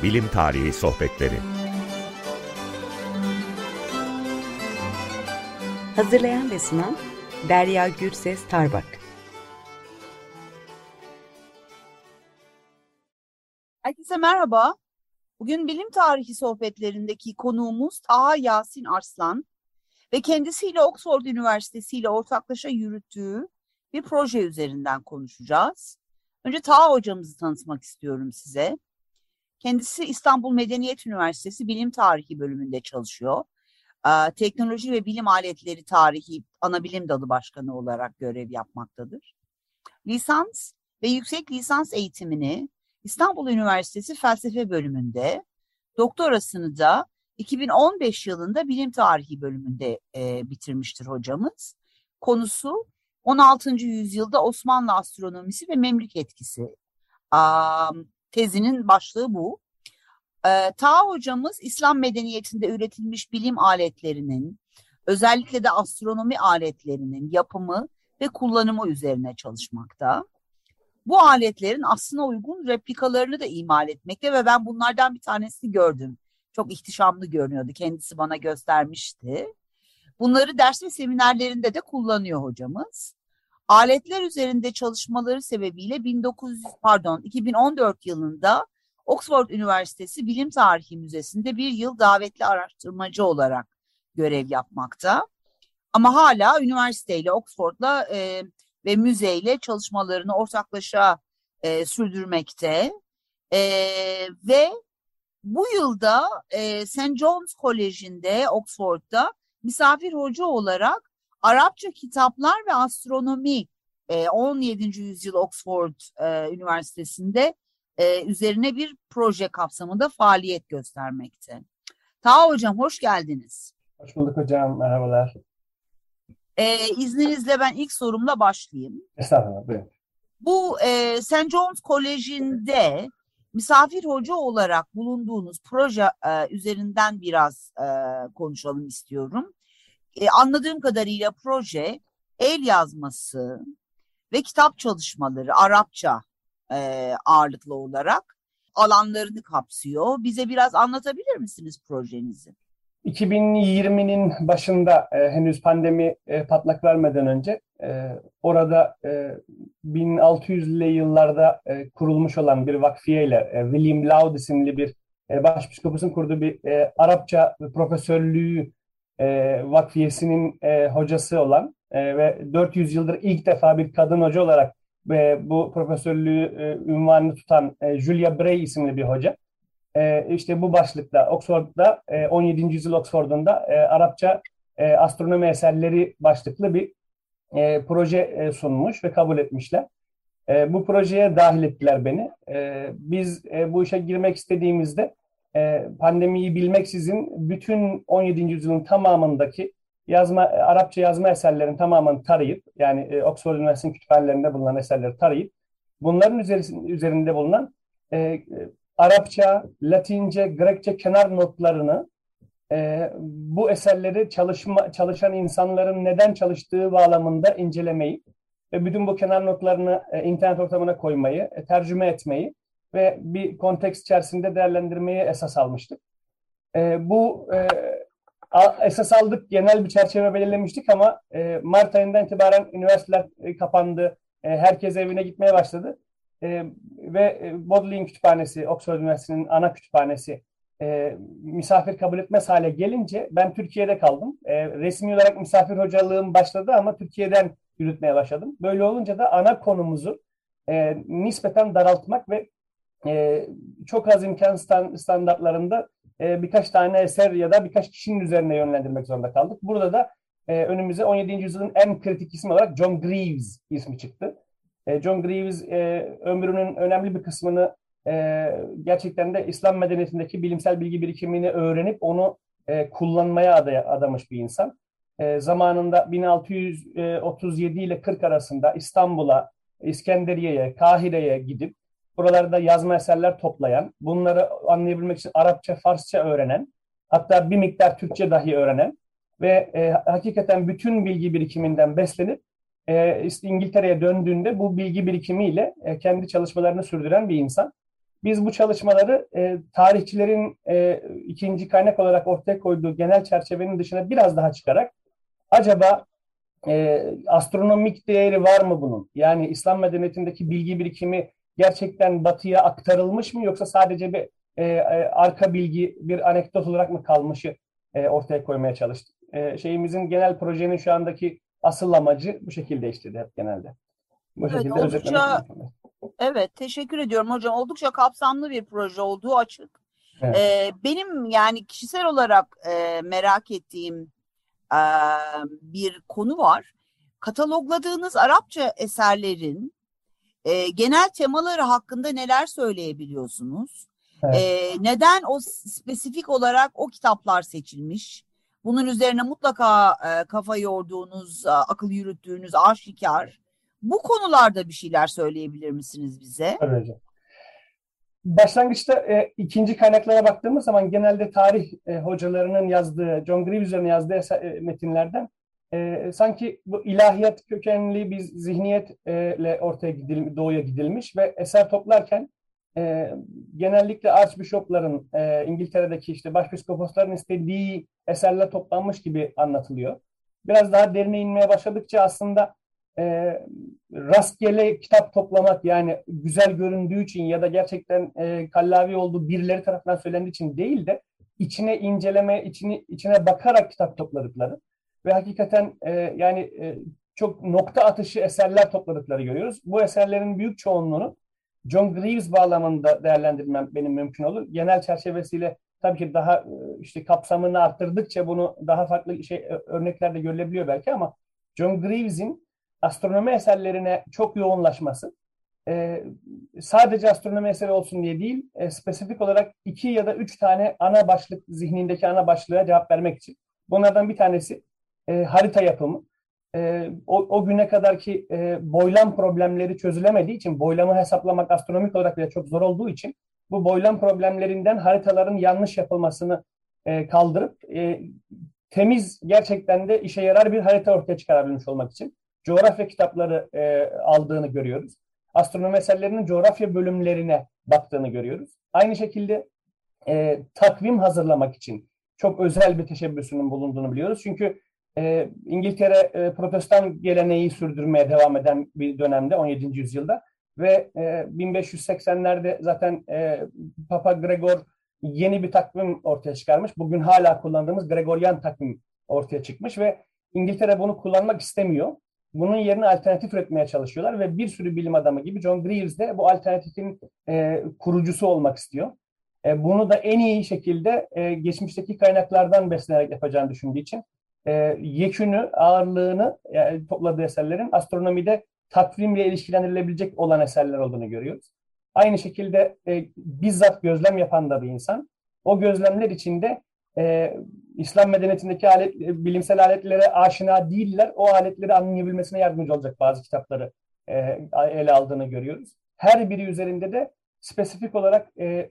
Bilim Tarihi Sohbetleri. Hazırlayan ve sunan Derya Gürses Tarbak. Herkese merhaba. Bugün bilim tarihi sohbetlerindeki konuğumuz Taha Yasin Arslan ve kendisiyle Oxford Üniversitesi ile ortaklaşa yürüttüğü bir proje üzerinden konuşacağız. Önce Taha hocamızı tanıtmak istiyorum size. Kendisi İstanbul Medeniyet Üniversitesi Bilim Tarihi bölümünde çalışıyor. Teknoloji ve Bilim Aletleri Tarihi Anabilim Dalı Başkanı olarak görev yapmaktadır. Lisans ve yüksek lisans eğitimini İstanbul Üniversitesi Felsefe bölümünde, doktorasını da 2015 yılında Bilim Tarihi bölümünde bitirmiştir hocamız. Konusu 16. yüzyılda Osmanlı astronomisi ve Memlük etkisi. Tezinin başlığı bu. Taha hocamız İslam medeniyetinde üretilmiş bilim aletlerinin, özellikle de astronomi aletlerinin yapımı ve kullanımı üzerine çalışmakta. Bu aletlerin aslına uygun replikalarını da imal etmekte ve ben bunlardan bir tanesini gördüm. Çok ihtişamlı görünüyordu. Kendisi bana göstermişti. Bunları ders ve seminerlerinde de kullanıyor hocamız. Aletler üzerinde çalışmaları sebebiyle 2014 yılında Oxford Üniversitesi Bilim Tarihi Müzesi'nde bir yıl davetli araştırmacı olarak görev yapmakta. Ama hala üniversiteyle, Oxford'la ve müzeyle çalışmalarını ortaklaşa sürdürmekte. Ve bu yılda St. John's College'inde, Oxford'da misafir hoca olarak Arapça kitaplar ve astronomi 17. yüzyıl Oxford Üniversitesi'nde üzerine bir proje kapsamında faaliyet göstermekte. Taha hocam hoş geldiniz. Hoş bulduk hocam, merhabalar. İzninizle ben ilk sorumla başlayayım. Estağfurullah, buyurun. Bu St. John's College'inde misafir hoca olarak bulunduğunuz proje üzerinden biraz konuşalım istiyorum. Anladığım kadarıyla proje el yazması ve kitap çalışmaları Arapça ağırlıklı olarak alanlarını kapsıyor. Bize biraz anlatabilir misiniz projenizi? 2020'nin başında henüz pandemi patlak vermeden önce orada 1600'lü yıllarda kurulmuş olan bir vakfiyeyle William Laud isimli bir başpiskoposun kurduğu bir Arapça profesörlüğü vakfiyesinin hocası olan ve 400 yıldır ilk defa bir kadın hoca olarak bu profesörlüğü ünvanını tutan Julia Bray isimli bir hoca. İşte bu başlıkta Oxford'da 17. yüzyıl Oxford'unda Arapça astronomi eserleri başlıklı bir proje sunmuş ve kabul etmişler. Bu projeye dahil ettiler beni. Biz bu işe girmek istediğimizde pandemiyi bilmeksizin bütün 17. yüzyılın tamamındaki Arapça yazma eserlerin tamamını tarayıp, yani Oxford Üniversitesi'nin kütüphanelerinde bulunan eserleri tarayıp, bunların üzerinde bulunan Arapça, Latince, Grekçe kenar notlarını bu eserleri çalışan insanların neden çalıştığı bağlamında incelemeyi ve bütün bu kenar notlarını internet ortamına koymayı, tercüme etmeyi ve bir konteks içerisinde değerlendirmeyi esas almıştık. Bu esas aldık, genel bir çerçeve belirlemiştik ama Mart ayından itibaren üniversiteler kapandı, herkes evine gitmeye başladı. Ve Bodleian Kütüphanesi, Oxford Üniversitesi'nin ana kütüphanesi misafir kabul etmez hale gelince ben Türkiye'de kaldım. Resmi olarak misafir hocalığım başladı ama Türkiye'den yürütmeye başladım. Böyle olunca da ana konumuzu nispeten daraltmak ve çok az imkan standartlarında birkaç tane eser ya da birkaç kişinin üzerine yönlendirmek zorunda kaldık. Burada da önümüze 17. yüzyılın en kritik ismi olarak John Greaves ismi çıktı. John Greaves ömrünün önemli bir kısmını gerçekten de İslam medeniyetindeki bilimsel bilgi birikimini öğrenip onu kullanmaya adamış bir insan. Zamanında 1637 ile 40 arasında İstanbul'a, İskenderiye'ye, Kahire'ye gidip buralarda yazma eserler toplayan, bunları anlayabilmek için Arapça, Farsça öğrenen, hatta bir miktar Türkçe dahi öğrenen ve hakikaten bütün bilgi birikiminden beslenip İngiltere'ye döndüğünde bu bilgi birikimiyle kendi çalışmalarını sürdüren bir insan. Biz bu çalışmaları tarihçilerin ikinci kaynak olarak ortaya koyduğu genel çerçevenin dışına biraz daha çıkarak acaba astronomik değeri var mı bunun? Yani İslam medeniyetindeki bilgi birikimi gerçekten batıya aktarılmış mı, yoksa sadece bir arka bilgi, bir anekdot olarak mı kalmışı ortaya koymaya çalıştık. Şeyimizin, genel projenin şu andaki asıl amacı bu şekilde işledi hep genelde. Bu Evet, şekilde özetlemek oldukça, mümkün. evet, teşekkür ediyorum hocam. Oldukça kapsamlı bir proje olduğu açık. Evet. Benim yani kişisel olarak merak ettiğim e, bir konu var. Katalogladığınız Arapça eserlerin genel temaları hakkında neler söyleyebiliyorsunuz? Evet. Neden o spesifik olarak o kitaplar seçilmiş? Bunun üzerine mutlaka kafa yorduğunuz, akıl yürüttüğünüz aşikar. Bu konularda bir şeyler söyleyebilir misiniz bize? Tabii hocam. Başlangıçta ikinci kaynaklara baktığımız zaman genelde tarih hocalarının yazdığı, John Greaves üzerine yazdığı metinlerden sanki bu ilahiyat kökenli bir zihniyetle doğuya gidilmiş ve eser toplarken genellikle Archbishop'ların, İngiltere'deki işte başpiskoposların istediği eserler toplanmış gibi anlatılıyor. Biraz daha derine inmeye başladıkça aslında e, rastgele kitap toplamak, yani güzel göründüğü için ya da gerçekten kallavi olduğu birileri tarafından söylendiği için değil de içine inceleme, içine bakarak kitap topladıkları ve hakikaten çok nokta atışı eserler topladıkları görüyoruz. Bu eserlerin büyük çoğunluğunu John Greaves bağlamında değerlendirmem benim mümkün olur. Genel çerçevesiyle tabii ki daha işte kapsamını arttırdıkça bunu daha farklı örneklerde görülebiliyor belki, ama John Greaves'in astronomi eserlerine çok yoğunlaşması, e, sadece astronomi eseri olsun diye değil, spesifik olarak 2 ya da 3 tane ana başlık, zihnindeki ana başlığa cevap vermek için. Bunlardan bir tanesi harita yapımı. O güne kadarki boylam problemleri çözülemediği için, boylamı hesaplamak astronomik olarak bile çok zor olduğu için, bu boylam problemlerinden haritaların yanlış yapılmasını kaldırıp temiz, gerçekten de işe yarar bir harita ortaya çıkarabilmiş olmak için coğrafya kitapları aldığını görüyoruz. Astronomi eserlerinin coğrafya bölümlerine baktığını görüyoruz. Aynı şekilde takvim hazırlamak için çok özel bir teşebbüsünün bulunduğunu biliyoruz. Çünkü İngiltere Protestan geleneği sürdürmeye devam eden bir dönemde, 17. yüzyılda ve 1580'lerde zaten Papa Gregor yeni bir takvim ortaya çıkarmış. Bugün hala kullandığımız Gregorian takvim ortaya çıkmış ve İngiltere bunu kullanmak istemiyor. Bunun yerine alternatif üretmeye çalışıyorlar ve bir sürü bilim adamı gibi John Greaves de bu alternatifin kurucusu olmak istiyor. Bunu da en iyi şekilde geçmişteki kaynaklardan beslenerek yapacağını düşündüğü için yekünü, ağırlığını, yani topladığı eserlerin astronomide takvimle ilişkilendirilebilecek olan eserler olduğunu görüyoruz. Aynı şekilde bizzat gözlem yapan da bir insan. O gözlemler içinde İslam medeniyetindeki bilimsel aletlere aşina değiller. O aletleri anlayabilmesine yardımcı olacak bazı kitapları ele aldığını görüyoruz. Her biri üzerinde de spesifik olarak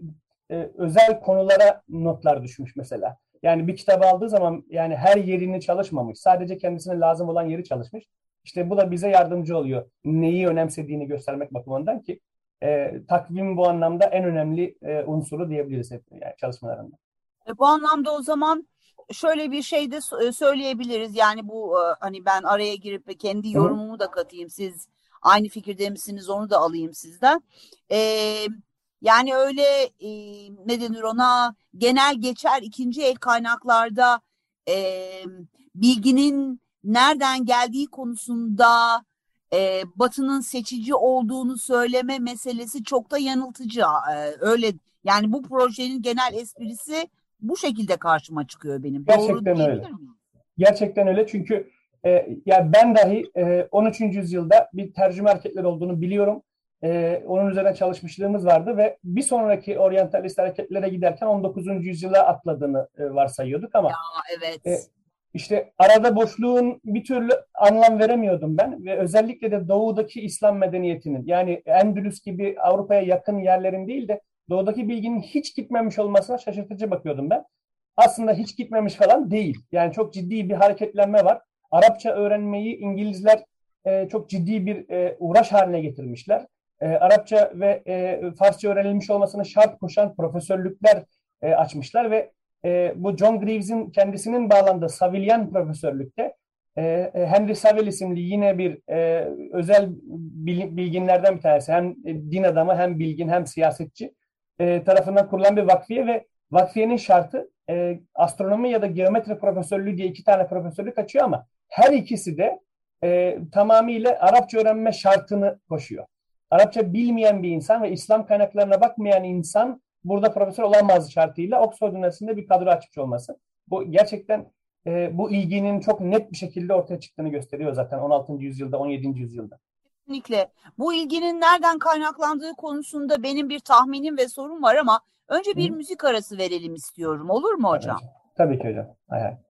özel konulara notlar düşmüş mesela. Yani bir kitabı aldığı zaman yani her yerini çalışmamış. Sadece kendisine lazım olan yeri çalışmış. İşte bu da bize yardımcı oluyor. Neyi önemsediğini göstermek bakımından ki takvim bu anlamda en önemli unsuru diyebiliriz hep yani çalışmalarında. Bu anlamda o zaman şöyle bir şey de söyleyebiliriz. Yani bu hani ben araya girip ve kendi Hı hı. yorumumu da katayım. Siz aynı fikirde misiniz onu da alayım sizden. E, Yani öyle ne denir ona, genel geçer ikinci el kaynaklarda e, bilginin nereden geldiği konusunda Batı'nın seçici olduğunu söyleme meselesi çok da yanıltıcı. Öyle yani bu projenin genel esprisi bu şekilde karşıma çıkıyor benim. Doğru Gerçekten öyle. diyebilir miyim? Gerçekten öyle, çünkü ya ben dahi 13. yüzyılda bir tercüme hareketleri olduğunu biliyorum. Onun üzerine çalışmışlığımız vardı ve bir sonraki oryantalist hareketlere giderken 19. yüzyıla atladığını varsayıyorduk, ama e, Evet. işte arada boşluğun bir türlü anlam veremiyordum ben ve özellikle de doğudaki İslam medeniyetinin, yani Endülüs gibi Avrupa'ya yakın yerlerin değil de doğudaki bilginin hiç gitmemiş olmasına şaşırtıcı bakıyordum ben. Aslında hiç gitmemiş falan değil. Yani çok ciddi bir hareketlenme var. Arapça öğrenmeyi İngilizler çok ciddi bir uğraş haline getirmişler. Arapça ve Farsça öğrenilmiş olmasını şart koşan profesörlükler açmışlar ve bu John Greaves'in kendisinin bağlandığı Savillian profesörlükte Henry Saville isimli yine bir özel bilginlerden bir tanesi, hem din adamı hem bilgin hem siyasetçi tarafından kurulan bir vakfiye ve vakfiyenin şartı astronomi ya da geometri profesörlüğü diye 2 tane profesörlük açıyor ama her ikisi de tamamıyla Arapça öğrenme şartını koşuyor. Arapça bilmeyen bir insan ve İslam kaynaklarına bakmayan insan burada profesör olamaz şartıyla Oxford Üniversitesi'nde bir kadro açmış olması. Bu gerçekten bu ilginin çok net bir şekilde ortaya çıktığını gösteriyor zaten 16. yüzyılda, 17. yüzyılda. Kesinlikle. Bu ilginin nereden kaynaklandığı konusunda benim bir tahminim ve sorum var ama önce bir Hı? müzik arası verelim istiyorum. Olur mu Tabii hocam? hocam. Tabii ki hocam. Hay hay.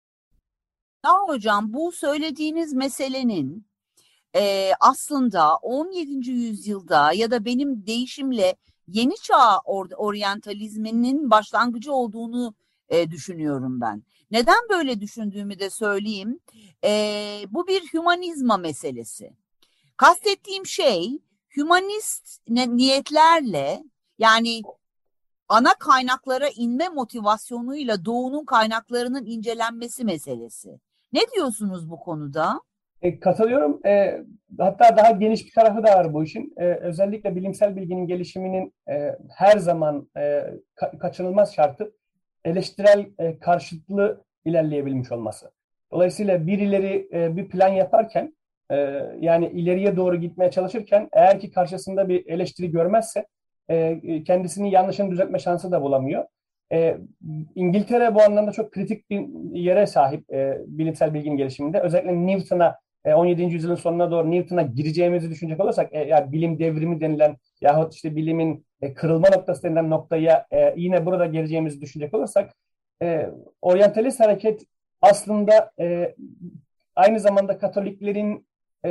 Hocam, bu söylediğiniz meselenin aslında 17. yüzyılda ya da benim deyişimle yeni çağ oryantalizminin başlangıcı olduğunu düşünüyorum ben. Neden böyle düşündüğümü de söyleyeyim. Bu bir hümanizma meselesi. Kastettiğim şey hümanist niyetlerle, yani ana kaynaklara inme motivasyonuyla doğunun kaynaklarının incelenmesi meselesi. Ne diyorsunuz bu konuda? Katılıyorum. Hatta daha geniş bir tarafı da var bu işin. Özellikle bilimsel bilginin gelişiminin her zaman kaçınılmaz şartı eleştirel karşıtlı ilerleyebilmiş olması. Dolayısıyla birileri bir plan yaparken yani ileriye doğru gitmeye çalışırken eğer ki karşısında bir eleştiri görmezse kendisini yanlışını düzeltme şansı da bulamıyor. İngiltere bu anlamda çok kritik bir yere sahip bilimsel bilginin gelişiminde. Özellikle Newton'a 17. yüzyılın sonuna doğru Newton'a gireceğimizi düşünecek olursak yani bilim devrimi denilen yahut işte bilimin kırılma noktası denilen noktaya yine burada geleceğimizi düşünecek olursak oryantalist hareket aslında aynı zamanda Katoliklerin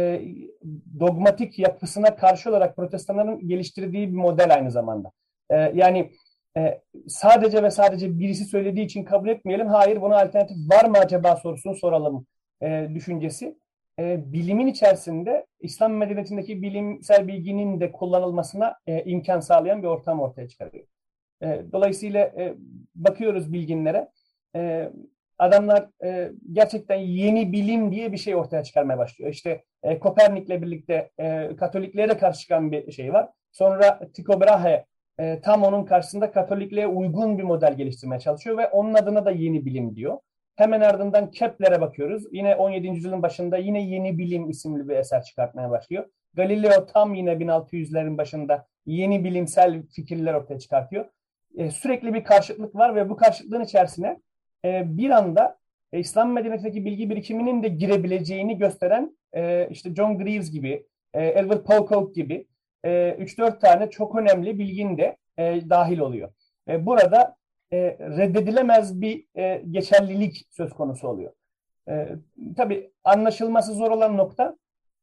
dogmatik yapısına karşı olarak protestanların geliştirdiği bir model aynı zamanda. Yani sadece ve sadece birisi söylediği için kabul etmeyelim. Hayır, buna alternatif var mı acaba sorusunu soralım düşüncesi. Bilimin içerisinde İslam medeniyetindeki bilimsel bilginin de kullanılmasına imkan sağlayan bir ortam ortaya çıkarıyor. Dolayısıyla bakıyoruz bilginlere. Adamlar gerçekten yeni bilim diye bir şey ortaya çıkarmaya başlıyor. İşte Kopernik'le birlikte Katoliklere karşı çıkan bir şey var. Sonra Tycho Brahe tam onun karşısında Katolikliğe uygun bir model geliştirmeye çalışıyor ve onun adına da yeni bilim diyor. Hemen ardından Kepler'e bakıyoruz. Yine 17. yüzyılın başında yine Yeni Bilim isimli bir eser çıkartmaya başlıyor. Galileo tam yine 1600'lerin başında yeni bilimsel fikirler ortaya çıkartıyor. Sürekli bir karşıtlık var ve bu karşıtlığın içerisine bir anda İslam medeniyetindeki bilgi birikiminin de girebileceğini gösteren işte John Greaves gibi, Edward Pocock gibi 3-4 tane çok önemli bilgin de dahil oluyor. Burada reddedilemez bir geçerlilik söz konusu oluyor. Tabii anlaşılması zor olan nokta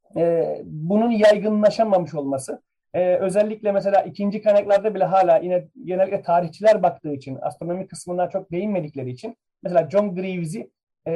bunun yaygınlaşamamış olması. Özellikle mesela ikinci kaynaklarda bile hala yine genellikle tarihçiler baktığı için, astronomi kısmına çok değinmedikleri için mesela John Greaves'i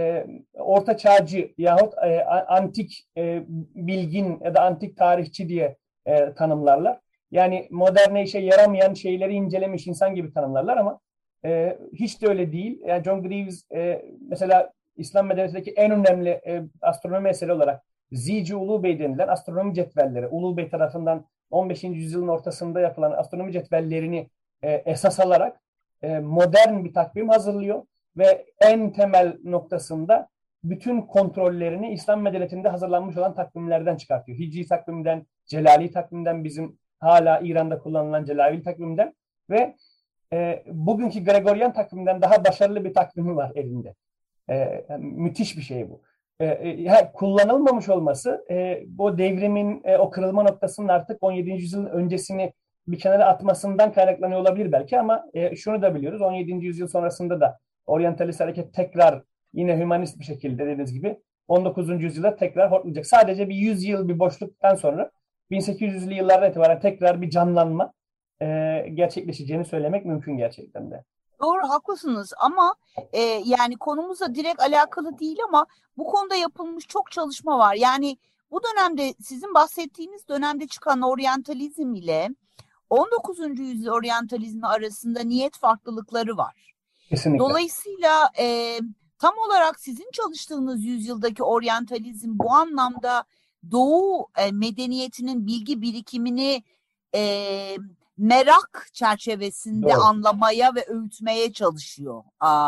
orta çağcı yahut antik bilgin ya da antik tarihçi diye tanımlarlar. Yani moderne işe yaramayan şeyleri incelemiş insan gibi tanımlarlar ama hiç de öyle değil. Yani John Greaves mesela İslam medeniyetindeki en önemli astronomi eseri olarak Zici Ulubey denilen astronomi cetvelleri, Ulubey tarafından 15. yüzyılın ortasında yapılan astronomi cetvellerini esas alarak modern bir takvim hazırlıyor ve en temel noktasında bütün kontrollerini İslam medeniyetinde hazırlanmış olan takvimlerden çıkartıyor. Hicri takvimden, Celali takvimden, bizim hala İran'da kullanılan Celali takvimden ve bugünkü Gregorian takvimden daha başarılı bir takvimi var elinde. Yani müthiş bir şey bu. Kullanılmamış olması bu devrimin o kırılma noktasının artık 17. yüzyılın öncesini bir kenara atmasından kaynaklanıyor olabilir belki ama şunu da biliyoruz. 17. yüzyıl sonrasında da oryantalist hareket tekrar yine hümanist bir şekilde dediğiniz gibi 19. yüzyılda tekrar hortlayacak. Sadece bir 100 yıl bir boşluktan sonra 1800'lü yıllardan itibaren tekrar bir canlanma gerçekleşeceğini söylemek mümkün gerçekten de. Doğru, haklısınız ama yani konumuzla direkt alakalı değil ama bu konuda yapılmış çok çalışma var. Yani Bu dönemde sizin bahsettiğiniz dönemde çıkan oryantalizm ile 19. yüzyıl oryantalizmi arasında niyet farklılıkları var. Kesinlikle. Dolayısıyla tam olarak sizin çalıştığınız yüzyıldaki oryantalizm bu anlamda Doğu medeniyetinin bilgi birikimini merak çerçevesinde Doğru. anlamaya ve öğütmeye çalışıyor.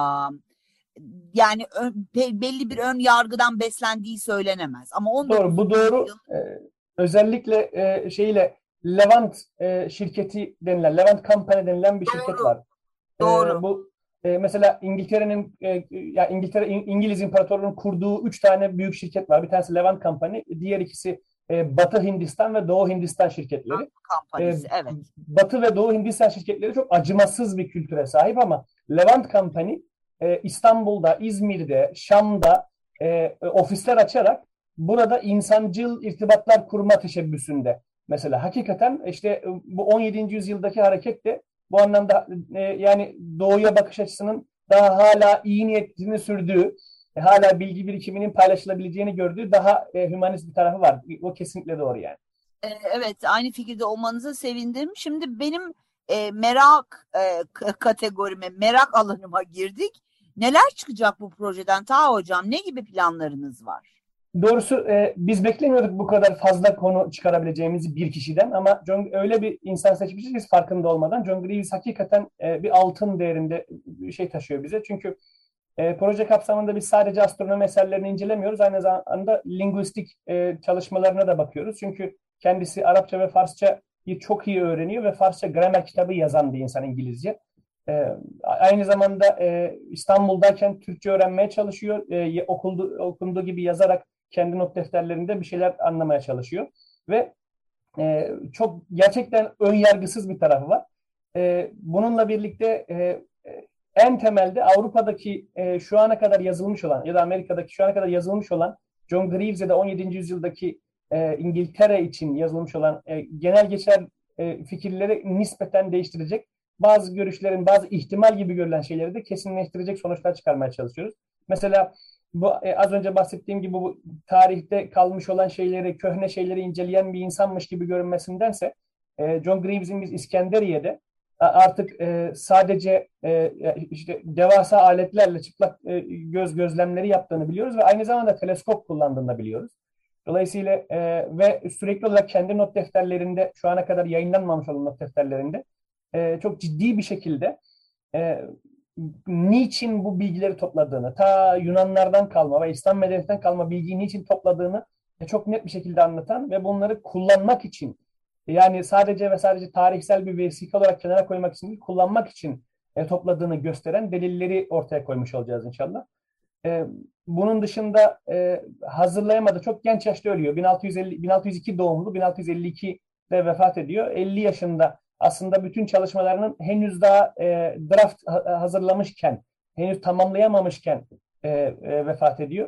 Yani belli bir ön yargıdan beslendiği söylenemez. Ama 19. Doğru, bu doğru. yüzyıl Özellikle Levant şirketi denilen, Levant Company denilen bir şirket doğru, var. doğru. Bu mesela İngiltere'nin ya İngiliz İmparatorluğu'nun kurduğu 3 tane büyük şirket var. Bir tanesi Levant Company, diğer ikisi Batı Hindistan ve Doğu Hindistan şirketleri. Kampanyası, evet. Batı ve Doğu Hindistan şirketleri çok acımasız bir kültüre sahip ama Levant Company İstanbul'da, İzmir'de, Şam'da ofisler açarak burada insancıl irtibatlar kurma teşebbüsünde. Mesela hakikaten işte bu 17. yüzyıldaki hareket de bu anlamda yani doğuya bakış açısının daha hala iyi niyetini sürdüğü, hala bilgi birikiminin paylaşılabileceğini gördüğü daha hümanist bir tarafı var. O kesinlikle doğru yani. Evet, aynı fikirde olmanıza sevindim. Şimdi benim merak kategorime, merak alanıma girdik. Neler çıkacak bu projeden Taha Hocam? Ne gibi planlarınız var? Doğrusu biz beklemiyorduk bu kadar fazla konu çıkarabileceğimizi bir kişiden ama öyle bir insan seçmişiz ki farkında olmadan. John Greaves hakikaten bir altın değerinde bir şey taşıyor bize. Çünkü proje kapsamında biz sadece astronomi eserlerini incelemiyoruz. Aynı zamanda linguistik çalışmalarına da bakıyoruz. Çünkü kendisi Arapça ve Farsçayı çok iyi öğreniyor ve Farsça gramer kitabı yazan bir insan İngilizce. Aynı zamanda İstanbul'dayken Türkçe öğrenmeye çalışıyor. Okunduğu gibi yazarak kendi not defterlerinde bir şeyler anlamaya çalışıyor. Ve çok gerçekten ön yargısız bir tarafı var. Bununla birlikte en temelde Avrupa'daki şu ana kadar yazılmış olan ya da Amerika'daki şu ana kadar yazılmış olan John Greaves ya da 17. yüzyıldaki İngiltere için yazılmış olan genel geçer fikirleri nispeten değiştirecek, bazı görüşlerin, bazı ihtimal gibi görülen şeyleri de kesinleştirecek sonuçlar çıkarmaya çalışıyoruz. Mesela bu az önce bahsettiğim gibi bu tarihte kalmış olan şeyleri, köhne şeyleri inceleyen bir insanmış gibi görünmesindense John Greaves'in biz İskenderiye'de artık sadece işte devasa aletlerle çıplak göz gözlemleri yaptığını biliyoruz ve aynı zamanda teleskop kullandığını da biliyoruz. Dolayısıyla ve sürekli olarak kendi not defterlerinde, şu ana kadar yayınlanmamış olan not defterlerinde çok ciddi bir şekilde e, niçin bu bilgileri topladığını, ta Yunanlardan kalma ve İslam medeniyetinden kalma bilgiyi niçin topladığını çok net bir şekilde anlatan ve bunları kullanmak için, yani sadece ve sadece tarihsel bir vesika olarak kenara koymak için değil, kullanmak için topladığını gösteren delilleri ortaya koymuş olacağız inşallah. Bunun dışında hazırlayamadı. Çok genç yaşta ölüyor. 1602 doğumlu, 1652'de vefat ediyor. 50 yaşında aslında bütün çalışmalarının henüz daha draft hazırlamışken, henüz tamamlayamamışken vefat ediyor.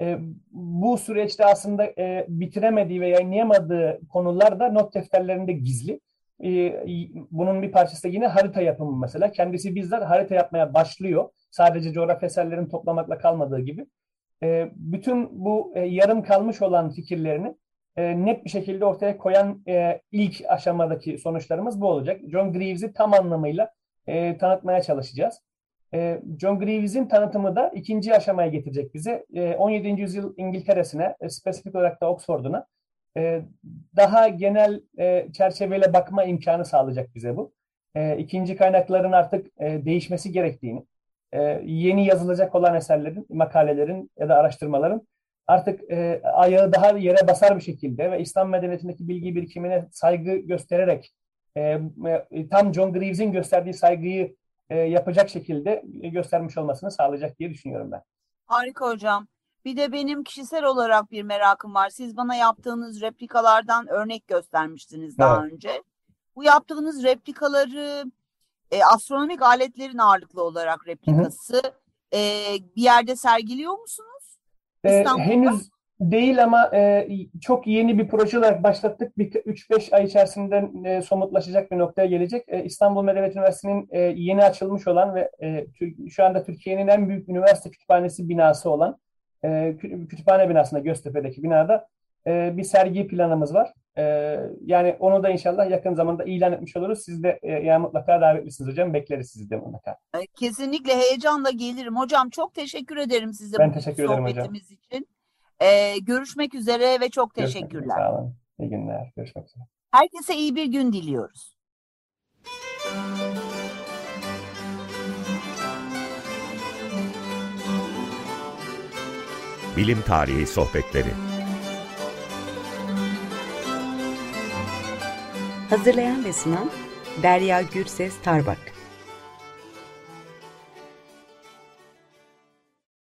Bu süreçte aslında bitiremediği ve yayınlayamadığı konular da not defterlerinde gizli. Bunun bir parçası da yine harita yapımı mesela. Kendisi bizzat harita yapmaya başlıyor. Sadece coğrafya eserlerini toplamakla kalmadığı gibi. Bütün bu yarım kalmış olan fikirlerini net bir şekilde ortaya koyan ilk aşamadaki sonuçlarımız bu olacak. John Greaves'i tam anlamıyla tanıtmaya çalışacağız. John Greaves'in tanıtımı da ikinci aşamaya getirecek bize. 17. yüzyıl İngiltere'sine, spesifik olarak da Oxford'una daha genel çerçeveyle bakma imkanı sağlayacak bize bu. İkinci kaynakların artık değişmesi gerektiğini, yeni yazılacak olan eserlerin, makalelerin ya da araştırmaların artık ayağı daha yere basar bir şekilde ve İslam medeniyetindeki bilgi birikimine saygı göstererek tam John Greaves'in gösterdiği saygıyı yapacak şekilde göstermiş olmasını sağlayacak diye düşünüyorum ben. Harika hocam. Bir de benim kişisel olarak bir merakım var. Siz bana yaptığınız replikalardan örnek göstermiştiniz daha Evet. önce. Bu yaptığınız replikaları astronomik aletlerin ağırlıklı olarak Hı hı. replikası bir yerde sergiliyor musunuz? İstanbul'da. Henüz değil ama çok yeni bir proje olarak başlattık. 3-5 ay içerisinde somutlaşacak bir noktaya gelecek. İstanbul Medeniyet Üniversitesi'nin yeni açılmış olan ve şu anda Türkiye'nin en büyük üniversite kütüphanesi binası olan kütüphane binasında, Göztepe'deki binada bir sergi planımız var. Yani onu da inşallah yakın zamanda ilan etmiş oluruz. Siz de yani mutlaka davetlisiniz hocam. Bekleriz sizi de mutlaka. Kesinlikle heyecanla gelirim. Hocam çok teşekkür ederim size Ben bugün teşekkür ederim hocam. sohbetimiz için. Görüşmek üzere ve çok Görüşmek üzere. teşekkürler. Sağ olun. İyi günler. Görüşmek üzere. Herkese iyi bir gün diliyoruz. Bilim Tarihi Sohbetleri. Hazırlayan ve sunan Derya Gürses Tarbak.